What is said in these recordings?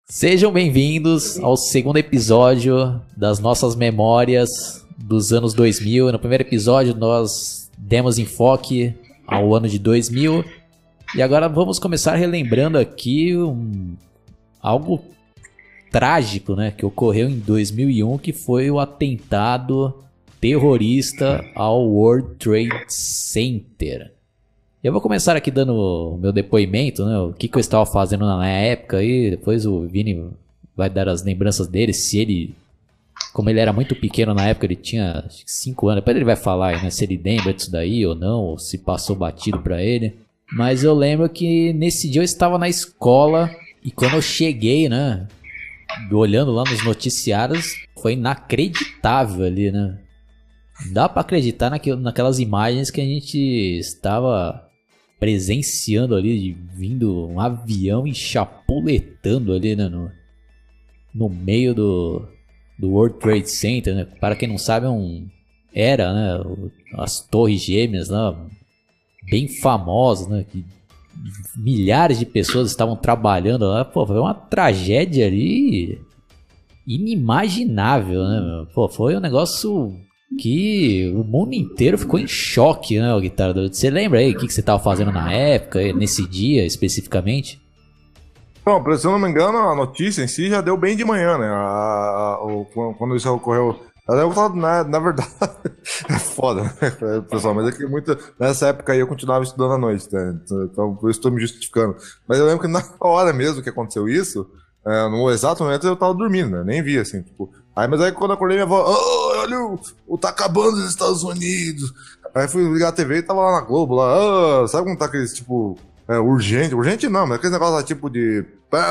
Sejam bem-vindos ao segundo episódio das nossas memórias dos anos 2000. No primeiro episódio nós demos enfoque ao ano de 2000 e agora vamos começar relembrando aqui algo trágico, né, que ocorreu em 2001, que foi o atentado terrorista ao World Trade Center. Eu vou começar aqui dando o meu depoimento, né? O que eu estava fazendo na época e depois o Vini vai dar as lembranças dele. Se ele, como ele era muito pequeno na época, ele tinha acho que 5 anos. Depois ele vai falar, né, se ele lembra disso daí ou não, ou se passou batido pra ele. Mas eu lembro que nesse dia eu estava na escola e quando eu cheguei, né, olhando lá nos noticiários, foi inacreditável ali, né? Dá pra acreditar naquelas imagens que a gente estava presenciando ali, vindo um avião enchapuletando ali, né, no meio do World Trade Center, né? Para quem não sabe, era, né, as Torres Gêmeas lá, bem famosas, né, que milhares de pessoas estavam trabalhando lá. Pô, foi uma tragédia ali inimaginável, né? Pô, foi um negócio que o mundo inteiro ficou em choque, né, o Guitarra? Você lembra aí o que você estava fazendo na época, nesse dia especificamente? Não, se eu não me engano, a notícia em si já deu bem de manhã, né? Quando isso ocorreu. Na verdade, é foda, né, pessoal? Mas é que nessa época aí eu continuava estudando à noite, né? Então por isso estou me justificando. Mas eu lembro que na hora mesmo que aconteceu isso, no exato momento eu tava dormindo, né? Nem vi, assim, tipo. Mas aí quando eu acordei, minha avó, olha, tá acabando os Estados Unidos. Aí fui ligar a TV e tava lá na Globo, lá, sabe como tá aqueles, tipo, urgente não, mas aqueles negócios lá, tipo, de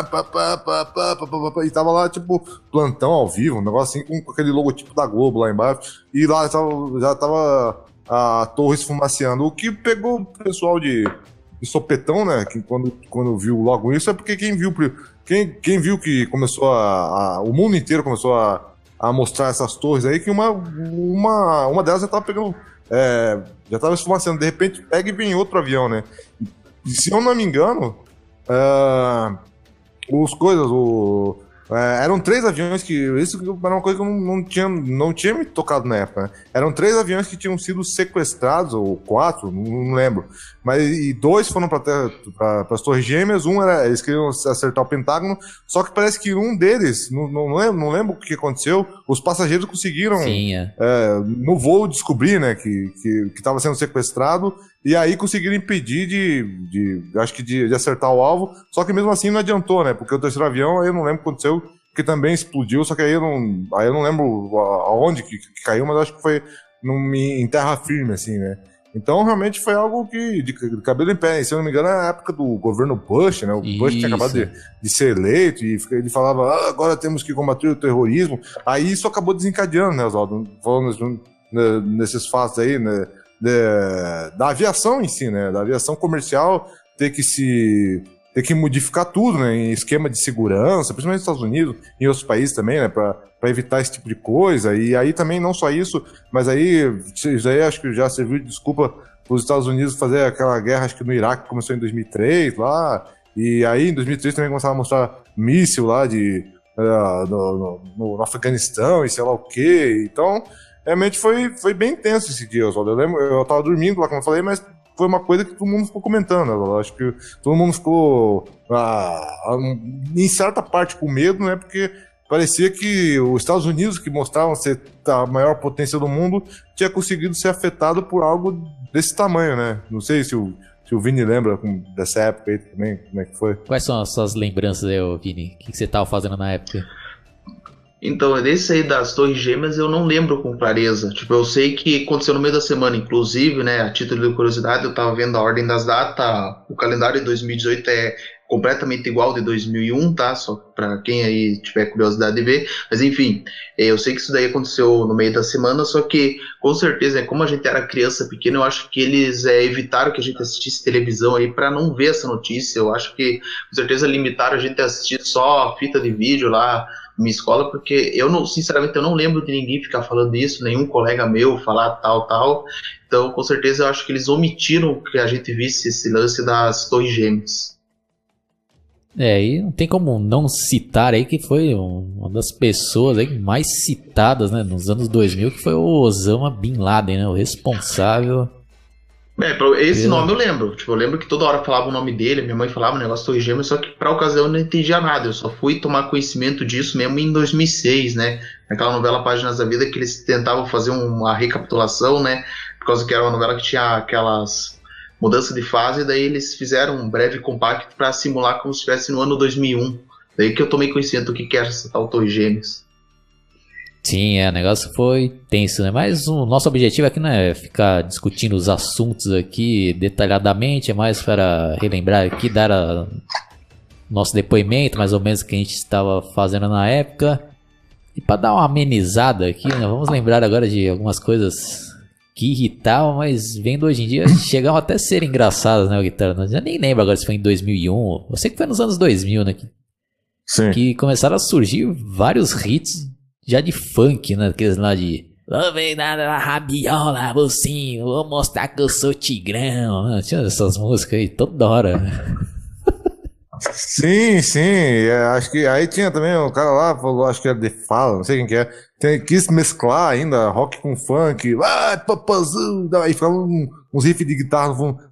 e tava lá, tipo, plantão ao vivo, um negócio assim, com aquele logotipo da Globo lá embaixo, e lá já tava a torre esfumaceando, o que pegou o pessoal de sopetão, né, que quando viu logo isso, é porque quem viu que começou o mundo inteiro começou a mostrar essas torres aí, que uma delas já tava pegando, já tava esfumaçando, de repente pega e vem outro avião, né? E se eu não me engano, eram 3 aviões isso era uma coisa que eu não tinha me tocado na época, né? Eram 3 aviões que tinham sido sequestrados, ou 4, não lembro. E 2 foram para as Torres Gêmeas, eles queriam acertar o Pentágono, só que parece que um deles, não lembro o que aconteceu, os passageiros conseguiram, Sim, no voo, descobrir, né, que estava sendo sequestrado, e aí conseguiram impedir de acertar o alvo, só que mesmo assim não adiantou, né? Porque o terceiro avião, aí eu não lembro o que aconteceu, que também explodiu, só que aí eu não lembro aonde que caiu, mas acho que foi em terra firme, assim, né? Então realmente foi algo de cabelo em pé. E, se eu não me engano, era a época do governo Bush, né? O Bush tinha acabado de ser eleito e ele falava, agora temos que combater o terrorismo. Aí isso acabou desencadeando, né, Oswaldo? Falando nesses fatos aí, né? Da aviação em si, né? Da aviação comercial ter que modificar tudo, né? Em esquema de segurança, principalmente nos Estados Unidos e em outros países também, né? Para evitar esse tipo de coisa. E aí também não só isso, mas isso aí acho que já serviu de desculpa para os Estados Unidos fazer aquela guerra, acho que no Iraque, que começou em 2003 lá. E aí em 2003 também começaram a mostrar míssil lá no Afeganistão e sei lá o quê. Então realmente foi bem intenso esse dia, Oswaldo. Eu lembro, eu tava dormindo lá, como eu falei, mas foi uma coisa que todo mundo ficou comentando. Eu acho que todo mundo ficou, em certa parte, com medo, né? Porque parecia que os Estados Unidos, que mostravam ser a maior potência do mundo, tinha conseguido ser afetado por algo desse tamanho, né? Não sei se o Vini lembra dessa época aí também, como é que foi. Quais são as suas lembranças aí, Vini? O que você tava fazendo na época? Então, desse aí das Torres Gêmeas eu não lembro com clareza. Tipo, eu sei que aconteceu no meio da semana, inclusive, né? A título de curiosidade, eu tava vendo a ordem das datas. O calendário de 2018 é completamente igual ao de 2001, tá? Só pra quem aí tiver curiosidade de ver. Mas enfim, eu sei que isso daí aconteceu no meio da semana, só que com certeza, como a gente era criança pequena, eu acho que eles evitaram que a gente assistisse televisão aí pra não ver essa notícia. Eu acho que com certeza limitaram a gente a assistir só fita de vídeo lá minha escola, porque sinceramente, eu não lembro de ninguém ficar falando isso, nenhum colega meu falar tal. Então, com certeza, eu acho que eles omitiram que a gente visse esse lance das Torres Gêmeas. E não tem como não citar aí que foi uma das pessoas aí mais citadas, né, nos anos 2000, que foi o Osama Bin Laden, né, o responsável. Esse nome eu lembro. Tipo, eu lembro que toda hora falava o nome dele, minha mãe falava o negócio Torre Gêmeas, só que pra ocasião eu não entendia nada. Eu só fui tomar conhecimento disso mesmo em 2006, né? Naquela novela Páginas da Vida, que eles tentavam fazer uma recapitulação, né? Por causa que era uma novela que tinha aquelas mudanças de fase, e daí eles fizeram um breve compacto pra simular como se estivesse no ano 2001. Daí que eu tomei conhecimento do que era essa tal Torre Gêmeas. Sim, o negócio foi tenso, né? Mas o nosso objetivo aqui não é ficar discutindo os assuntos aqui detalhadamente, é mais para relembrar aqui, dar nosso depoimento, mais ou menos, que a gente estava fazendo na época. E para dar uma amenizada aqui, né? Vamos lembrar agora de algumas coisas que irritavam, mas vendo hoje em dia, chegavam até a ser engraçadas, né, o Guitarra? Eu nem lembro agora se foi em 2001, eu sei que foi nos anos 2000, né? Sim. Que começaram a surgir vários hits já de funk, né? Aqueles lá de... Vou ver nada na rabiola, mocinho, vou mostrar que eu sou tigrão, né? Tinha essas músicas aí toda hora. Sim, acho que aí tinha também um cara lá, falou, acho que era The Fala, não sei quem que é, quis mesclar ainda rock com funk, papazu, aí ficava uns riffs de guitarra no fundo,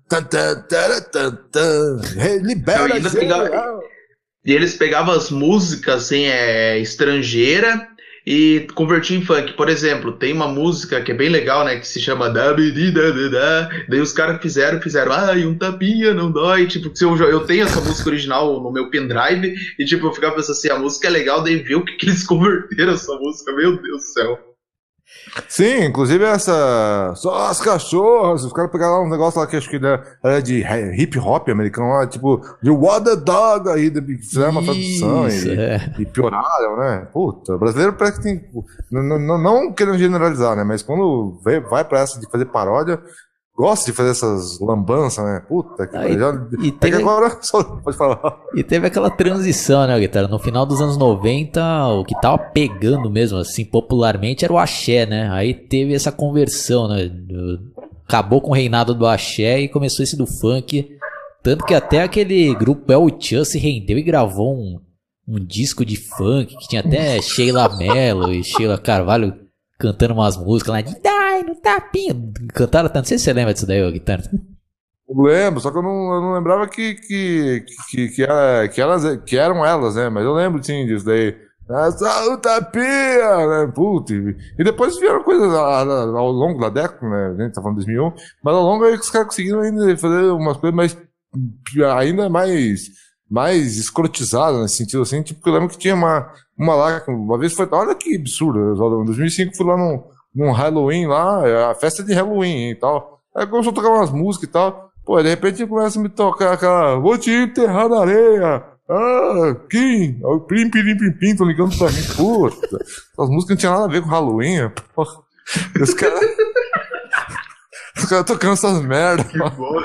libera e eles pegavam as músicas assim, estrangeira e convertiam em funk. Por exemplo, tem uma música que é bem legal, né, que se chama Dabididadada. Daí os caras fizeram, ai, um tapinha não dói. Tipo, eu tenho essa música original no meu pendrive e tipo, eu ficava pensando assim, a música é legal, daí ver o que eles converteram essa música, meu Deus do céu. Sim, inclusive essa. Só as cachorras, os caras pegaram lá um negócio lá que acho que era de hip hop americano lá, tipo, de What the Dog, aí fizeram uma tradução e pioraram, né? Puta, brasileiro parece que tem. Não querendo generalizar, né? Mas quando vai pra essa de fazer paródia, gosta de fazer essas lambanças, né? Puta que que agora só pode falar. E teve aquela transição, né, Guitarra? No final dos anos 90, o que tava pegando mesmo, assim, popularmente, era o axé, né? Aí teve essa conversão, né? Acabou com o reinado do axé e começou esse do funk. Tanto que até aquele grupo El Chan se rendeu e gravou um disco de funk, que tinha até Sheila Mello e Sheila Carvalho cantando umas músicas lá de Dai no tapinha. Cantaram tanto, não sei se você lembra disso daí, Guitarra. Lembro, só que eu não lembrava que eram elas, né? Mas eu lembro sim disso daí. Essa tapinha, né? Putz. E depois vieram coisas ao longo da década, né? A gente tá falando de 2001, mas ao longo aí que os caras conseguiram ainda fazer umas coisas ainda mais escrotizadas nesse sentido, assim. Tipo, eu lembro que tinha uma lá, uma vez foi, olha que absurdo, em 2005 fui lá num Halloween lá, a festa de Halloween e tal. Aí começou a tocar umas músicas e tal. Pô, de repente começa a me tocar aquela, vou te enterrar na areia. Kim, o Plim, tô ligando pra mim. Puta, as músicas não tinham nada a ver com Halloween. Porra. Os caras tocando essas merdas. Que bom.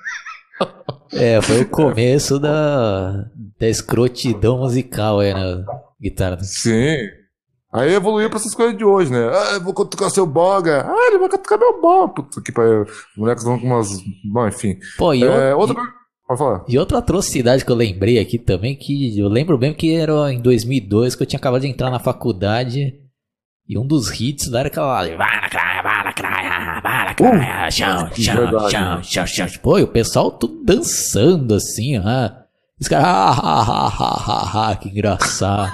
É, Foi o começo da escrotidão musical aí na guitarra. Sim. Aí evoluiu pra essas coisas de hoje, né? Eu vou tocar seu boga. Ele vai tocar meu boga. Puta que pariu. Os moleques vão com umas... Bom, enfim. Pô, outra coisa... Pode falar. E outra atrocidade que eu lembrei aqui também, que eu lembro mesmo que era em 2002, que eu tinha acabado de entrar na faculdade, e um dos hits lá era aquela... Vai na craia, chão. Pô, e o pessoal tudo dançando assim, os caras, que engraçado.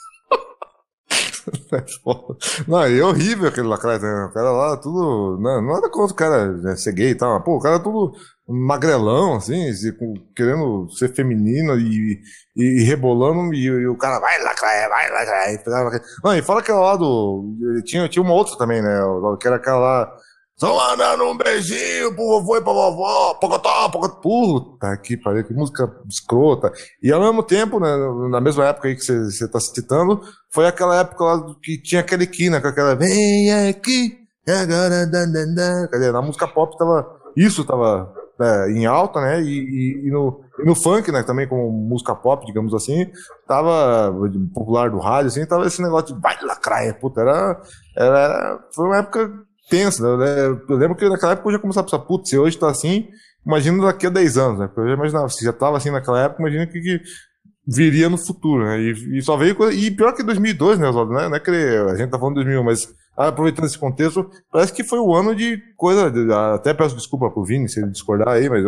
Não, é horrível aquele lacraia, né? O cara lá, tudo. Não, nada contra o cara, né, ser gay e tal. Pô, o cara é tudo magrelão, assim, querendo ser feminino e rebolando, e o cara vai lacraia. Não, e fala aquela lá do. Tinha uma outra também, né? Que era aquela lá. Só dando um beijinho pro vovô e pra vovó, pocotó. Puta que pariu, que música escrota. E ao mesmo tempo, né, na mesma época aí que você tá citando, foi aquela época lá que tinha aquele Kina, com aquela vem aqui, agora, cadê? Na música pop isso tava em alta, né, e no funk, né, também como música pop, digamos assim, tava popular do rádio, assim, tava esse negócio de vai lacraia, puta, foi uma época tenso, né? Eu lembro que naquela época eu já começava a pensar, putz, se hoje tá assim, imagina daqui a 10 anos, né? Porque eu já imaginava, se já tava assim naquela época, imagina que viria no futuro, né? E só veio coisa. E pior que 2002, né, Oswaldo? Né? Não é que a gente tá falando de 2001, mas aproveitando esse contexto, parece que foi o ano de coisa. Até peço desculpa pro Vini se ele discordar aí, mas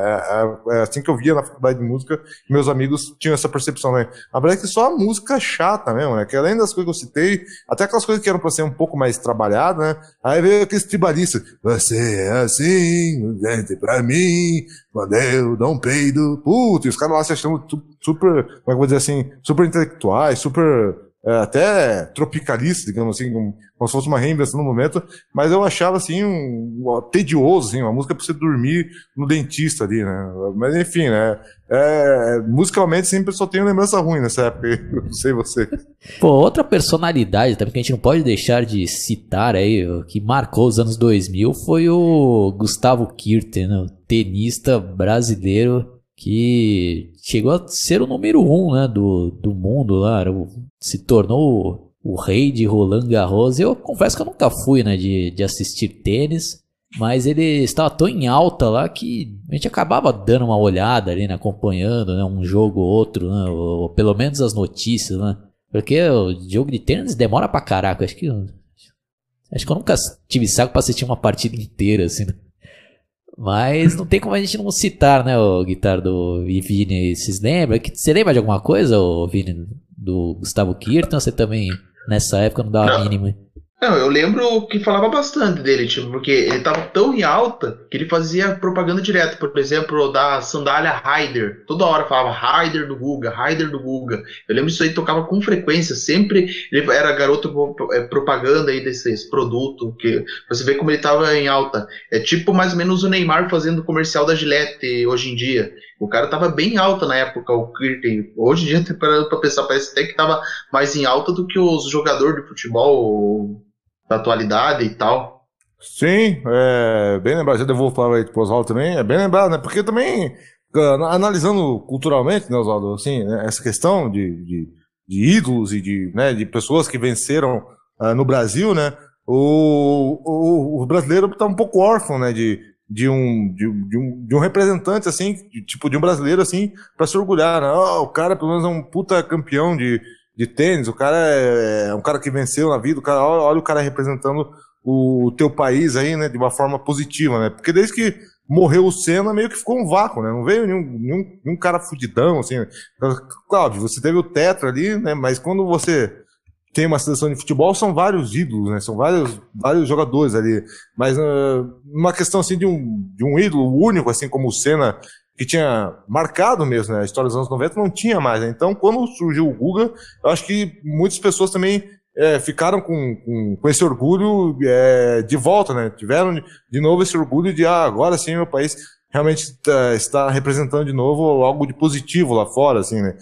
é assim que eu via na faculdade de música, meus amigos tinham essa percepção, né? Mas parece que só a música chata mesmo, né? Que além das coisas que eu citei, até aquelas coisas que eram pra ser um pouco mais trabalhadas, né? Aí veio aqueles tribalistas. Você é assim, gente, pra mim, quando eu dou um peido. Putz, e os caras lá se achando super, como é que eu vou dizer assim, super intelectuais, super até tropicalistas, digamos assim, como se fosse uma reinvenção no momento, mas eu achava assim tedioso, assim, uma música pra você dormir no dentista ali, né? Mas enfim, né? Musicalmente sempre só tenho lembrança ruim nessa época, eu não sei você. Pô, outra personalidade também que a gente não pode deixar de citar aí, que marcou os anos 2000, foi o Gustavo Kuerten, né? O tenista brasileiro que chegou a ser o número 1, né, do mundo lá, se tornou o rei de Roland Garros. Eu confesso que eu nunca fui, né, de assistir tênis, mas ele estava tão em alta lá que a gente acabava dando uma olhada ali, né, acompanhando, né, um jogo ou outro, né, ou pelo menos as notícias, né, porque o jogo de tênis demora pra caraca. Acho que eu nunca tive saco pra assistir uma partida inteira, assim, né? Mas não tem como a gente não citar, né, o guitarra do Vini. Vocês lembram? Você lembra de alguma coisa, o Vini, do Gustavo Kuerten? Ou você também, nessa época, não dava a mínima? Não, eu lembro que falava bastante dele, tipo, porque ele tava tão em alta que ele fazia propaganda direto, por exemplo, da sandália Raider. Toda hora falava Raider do Guga, Raider do Guga. Eu lembro disso aí, tocava com frequência, sempre ele era garoto propaganda aí desse produto, que você vê como ele tava em alta. É tipo mais ou menos o Neymar fazendo comercial da Gillette hoje em dia. O cara tava bem alta na época, o Kuerten. Hoje em dia, parando pra pensar, parece até que tava mais em alta do que os jogadores de futebol da atualidade e tal. Sim, bem lembrado. Já devolvo a palavra aí pro Oswaldo também. É bem lembrado, né? Porque também, analisando culturalmente, né, Oswaldo, assim, né, essa questão de ídolos e de pessoas que venceram no Brasil, né? O brasileiro tá um pouco órfão, né? De um representante, assim, tipo, de um brasileiro, assim, pra se orgulhar, né? O cara, pelo menos, é um puta campeão de tênis, o cara é um cara que venceu na vida, o cara, olha o cara representando o teu país aí, né, de uma forma positiva, né? Porque desde que morreu o Senna, meio que ficou um vácuo, né? Não veio nenhum cara fudidão, assim. Claro, você teve o Tetra ali, né? Mas quando você tem uma seleção de futebol, são vários ídolos, né? São vários jogadores ali. Mas uma questão, assim, de um ídolo único, assim, como o Senna, que tinha marcado mesmo, né? A história dos anos 90 não tinha mais, né? Então, quando surgiu o Guga, eu acho que muitas pessoas também ficaram com esse orgulho de volta, né? Tiveram de novo esse orgulho de, agora sim meu país realmente está representando de novo algo de positivo lá fora, assim, né?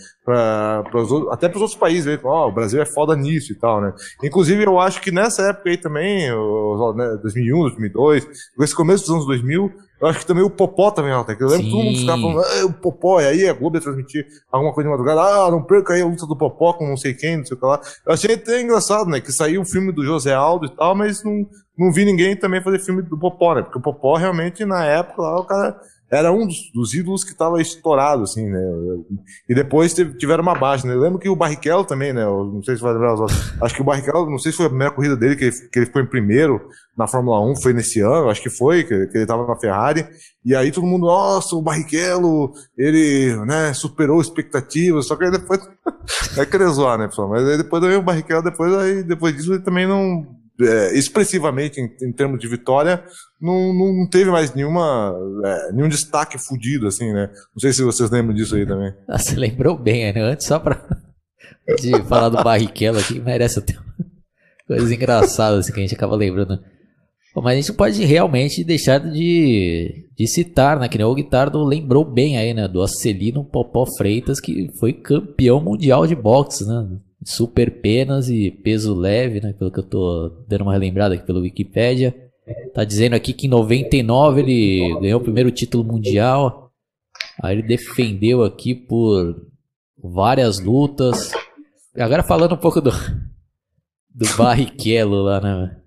Até para os outros países, né? O Brasil é foda nisso e tal, né? Inclusive, eu acho que nessa época aí também, 2001, 2002, esse começo dos anos 2000, eu acho que também o Popó também, eu lembro que todo mundo ficava falando, o Popó, e aí a Globo ia transmitir alguma coisa de madrugada, não perca aí a luta do Popó com não sei quem, não sei o que lá. Eu achei até engraçado, né, que saiu o filme do José Aldo e tal, mas não vi ninguém também fazer filme do Popó, né, porque o Popó realmente, na época lá, o cara era um dos ídolos que estava estourado, assim, né, e depois tiveram uma baixa, né, eu lembro que o Barrichello também, né, eu não sei se vai lembrar, acho que o Barrichello, não sei se foi a primeira corrida dele que ele ficou em primeiro na Fórmula 1, foi nesse ano, acho que foi, que ele tava na Ferrari, e aí todo mundo, nossa, o Barrichello, ele, né, superou expectativas, só que aí depois, é querer zoar, né, pessoal, mas aí depois também o Barrichello, depois disso ele também não, expressivamente em termos de vitória, não teve mais nenhum destaque fudido, assim, né, não sei se vocês lembram disso aí também. Você lembrou bem, né, antes só pra de falar do Barrichello aqui, merece até coisas engraçadas assim, que a gente acaba lembrando. Mas a gente não pode realmente deixar de citar, né? Que nem o Guitardo lembrou bem aí, né? Do Acelino Popó Freitas, que foi campeão mundial de boxe, né? Super penas e peso leve, né? Pelo que eu tô dando uma relembrada aqui pelo Wikipedia. Tá dizendo aqui que em 99 ele ganhou o primeiro título mundial. Aí ele defendeu aqui por várias lutas. Agora falando um pouco do Barrichello lá, né?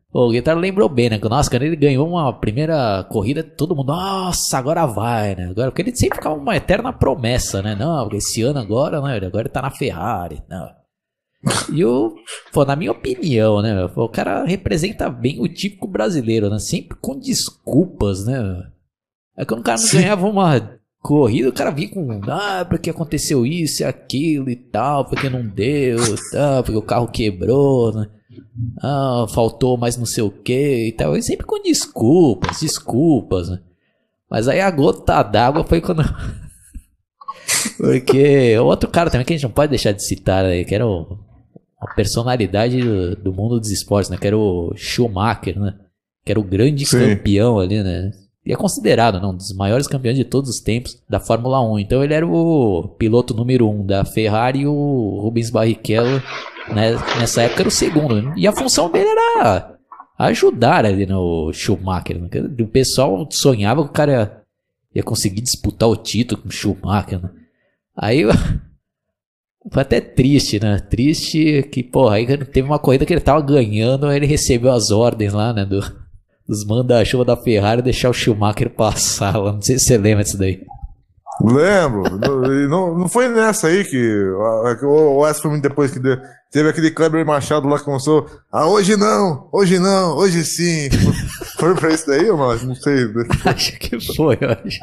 O Guitarra lembrou bem, né? Nossa, quando ele ganhou uma primeira corrida, todo mundo, nossa, agora vai, né? Agora, porque ele sempre ficava uma eterna promessa, né? Não, porque esse ano agora, né? Agora ele tá na Ferrari, não. E pô, na minha opinião, né? O cara representa bem o típico brasileiro, né? Sempre com desculpas, né? É quando o cara não ganhava uma corrida, o cara vinha com, porque aconteceu isso e aquilo e tal, porque não deu, tal, porque o carro quebrou, né? Faltou mais não sei o que e tal. E sempre com desculpas, né? Mas aí a gota d'água foi quando. Porque outro cara também que a gente não pode deixar de citar, né? Que era uma personalidade do mundo dos esportes, né? Que era o Schumacher, né? Que era o grande campeão ali, né? E é considerado, um dos maiores campeões de todos os tempos da Fórmula 1. Então ele era o piloto número 1 da Ferrari e o Rubens Barrichello, né, nessa época era o segundo. Né? E a função dele era ajudar ali no Schumacher. Né? O pessoal sonhava que o cara ia conseguir disputar o título com o Schumacher. Né? Aí foi até triste, né? Triste que, porra, aí teve uma corrida que ele tava ganhando, aí ele recebeu as ordens lá, né, dos manda-chuva da Ferrari deixar o Schumacher passar lá. Não sei se você lembra disso daí. Lembro. Não foi nessa aí que. Ou essa foi muito depois que teve aquele Kleber Machado lá que começou. Hoje não, hoje sim. Foi pra isso daí ou não? Não sei. Acho que foi, eu acho.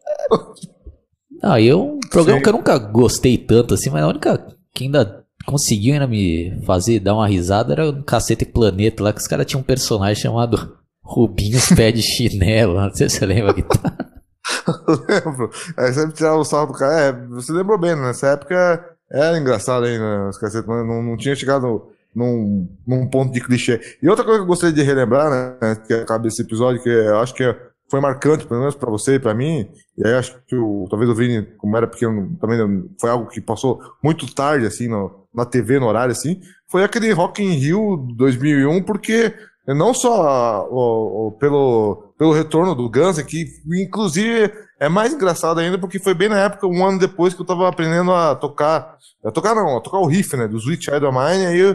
Um programa que eu nunca gostei tanto assim, mas a única que ainda conseguiu ainda me fazer dar uma risada era o Cacete Planeta lá, que os caras tinham um personagem chamado Rubinhos Pé de Chinelo, não sei se você lembra que tá. Lembro. Sempre tirava o sarro do cara. Você lembrou bem, né? Nessa época era engraçado ainda, os cacetes, não tinha chegado num ponto de clichê. E outra coisa que eu gostaria de relembrar, né? Que acaba esse episódio, que eu acho que foi marcante, pelo menos pra você e pra mim, e aí acho que talvez o Vini, como era pequeno, também foi algo que passou muito tarde, assim, na TV, no horário, assim, foi aquele Rock in Rio 2001, porque não só pelo retorno do Guns, que inclusive é mais engraçado ainda porque foi bem na época, um ano depois que eu tava aprendendo a tocar o riff, né, do Sweet Child of Mine, aí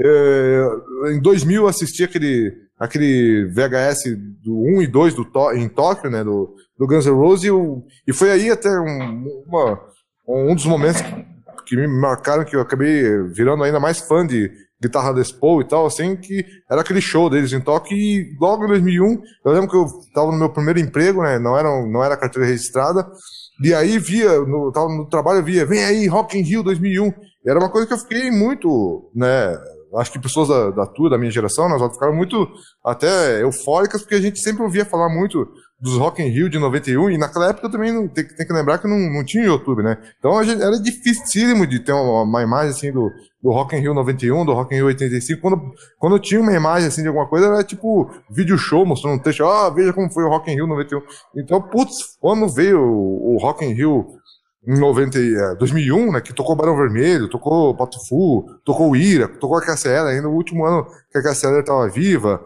em 2000 eu assisti aquele VHS do 1 e 2 em Tóquio, né, do Guns N' Roses, e foi aí até um dos momentos que me marcaram, que eu acabei virando ainda mais fã de guitarra Les Paul e tal, assim, que era aquele show deles em Tóquio, e logo em 2001, eu lembro que eu tava no meu primeiro emprego, né, não era carteira registrada, e aí tava no trabalho, eu via, vem aí, Rock in Rio 2001, e era uma coisa que eu fiquei muito, né, acho que pessoas da minha geração, nós ficaram muito até eufóricas, porque a gente sempre ouvia falar muito dos Rock in Rio de 91, e naquela época também tem que lembrar que não tinha YouTube, né? Então era dificílimo de ter uma imagem assim do Rock in Rio 91, do Rock in Rio 85. Quando tinha uma imagem assim de alguma coisa, era tipo vídeo show, mostrando um texto, veja como foi o Rock in Rio 91. Então, quando veio o Rock in Rio em 2001, né, que tocou Barão Vermelho, tocou Pato Fu, tocou o Ira, tocou a Cassia Eller, ainda no último ano que a Cassia Eller estava viva,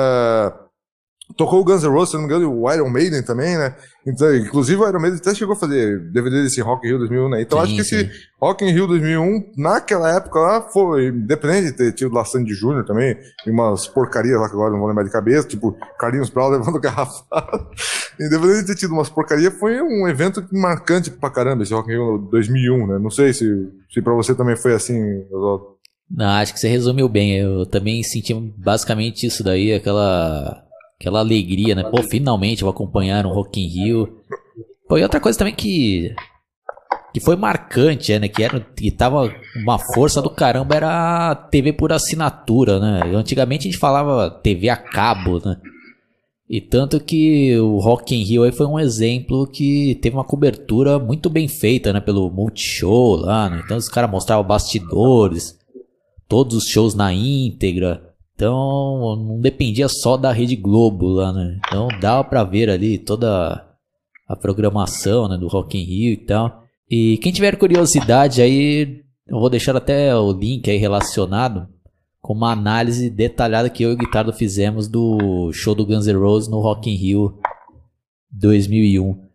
tocou o Guns N' Roses, se não me engano, o Iron Maiden também, né? Então, inclusive o Iron Maiden até chegou a fazer DVD desse Rock in Rio 2001, né? Então acho que esse Rock in Rio 2001, naquela época lá, foi, independente de ter tido lá Sandy Júnior também, e umas porcarias lá que agora não vou lembrar de cabeça, tipo Carlinhos Brown levando garrafa. Independente de ter tido umas porcarias, foi um evento marcante pra caramba, esse Rock in Rio 2001, né? Não sei se pra você também foi assim, Oswaldo. Não, acho que você resumiu bem. Eu também senti basicamente isso daí, aquela alegria, né? Pô, finalmente vou acompanhar um Rock in Rio. Pô, e outra coisa também que foi marcante, né? Que tava uma força do caramba, era a TV por assinatura, né? Antigamente a gente falava TV a cabo, né? E tanto que o Rock in Rio aí foi um exemplo que teve uma cobertura muito bem feita, né? Pelo Multishow lá, né? Então os caras mostravam bastidores, todos os shows na íntegra. Então não dependia só da Rede Globo lá, né? Então dava pra ver ali toda a programação, né, do Rock in Rio e tal. E quem tiver curiosidade aí, eu vou deixar até o link aí relacionado com uma análise detalhada que eu e o Guitardo fizemos do show do Guns N' Roses no Rock in Rio 2001.